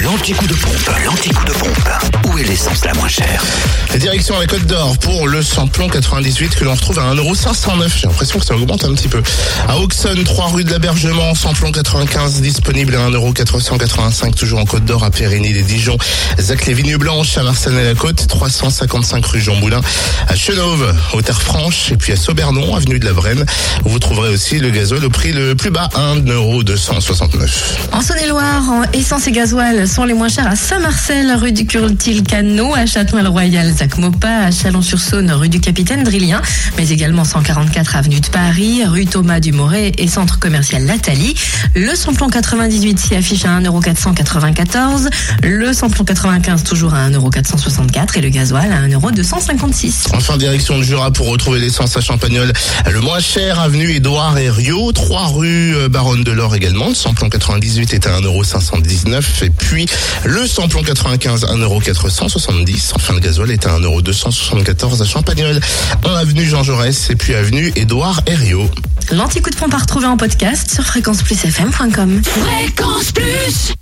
L'anti-coup de pompe. L'anti-coup de pompe. Où est l'essence la moins chère? Direction la Côte d'Or pour le samplon 98 que l'on retrouve à 1,509 €. J'ai l'impression que ça augmente un petit peu. À Auxonne, 3 rue de l'Abergement, samplon 95 disponible à 1,485 € toujours en Côte d'Or, à Périgny les Dijon, Zac les Vignes Blanches, à Marsanne-la-Côte, 355 rue Jean Moulin, à Chenauve, aux Terres-Franches, et puis à Saubernon, avenue de la Brenne, où vous trouverez aussi le gazole au prix le plus bas, 1,269 €. En Saône-et-Loire, essence et gasoil sont les moins chers à Saint-Marcel, rue du Curtil-Canot, à Châtenois-le-Royal, Zac Maupas, à Chalon-sur-Saône, rue du Capitaine Drillien, mais également 144 avenue de Paris, rue Thomas Dumoré et centre commercial Lathalie. Le samplon 98 s'y affiche à 1,494 €, le samplon 95 toujours à 1,464 € et le gasoil à 1,256 €. Enfin, direction le Jura pour retrouver l'essence à Champagnole, le moins cher, avenue Édouard Herriot, 3 rue Baronne de l'Or également. Le samplon 98 est à 1,519 € et puis le samplon 95 1,470 €. Enfin, le gasoil est à 1,274 € à Champagnole, en avenue Jean Jaurès et puis avenue Édouard Herriot. L'anti-coup de pompe à retrouver en podcast sur fréquenceplusfm.com. Fréquence Plus.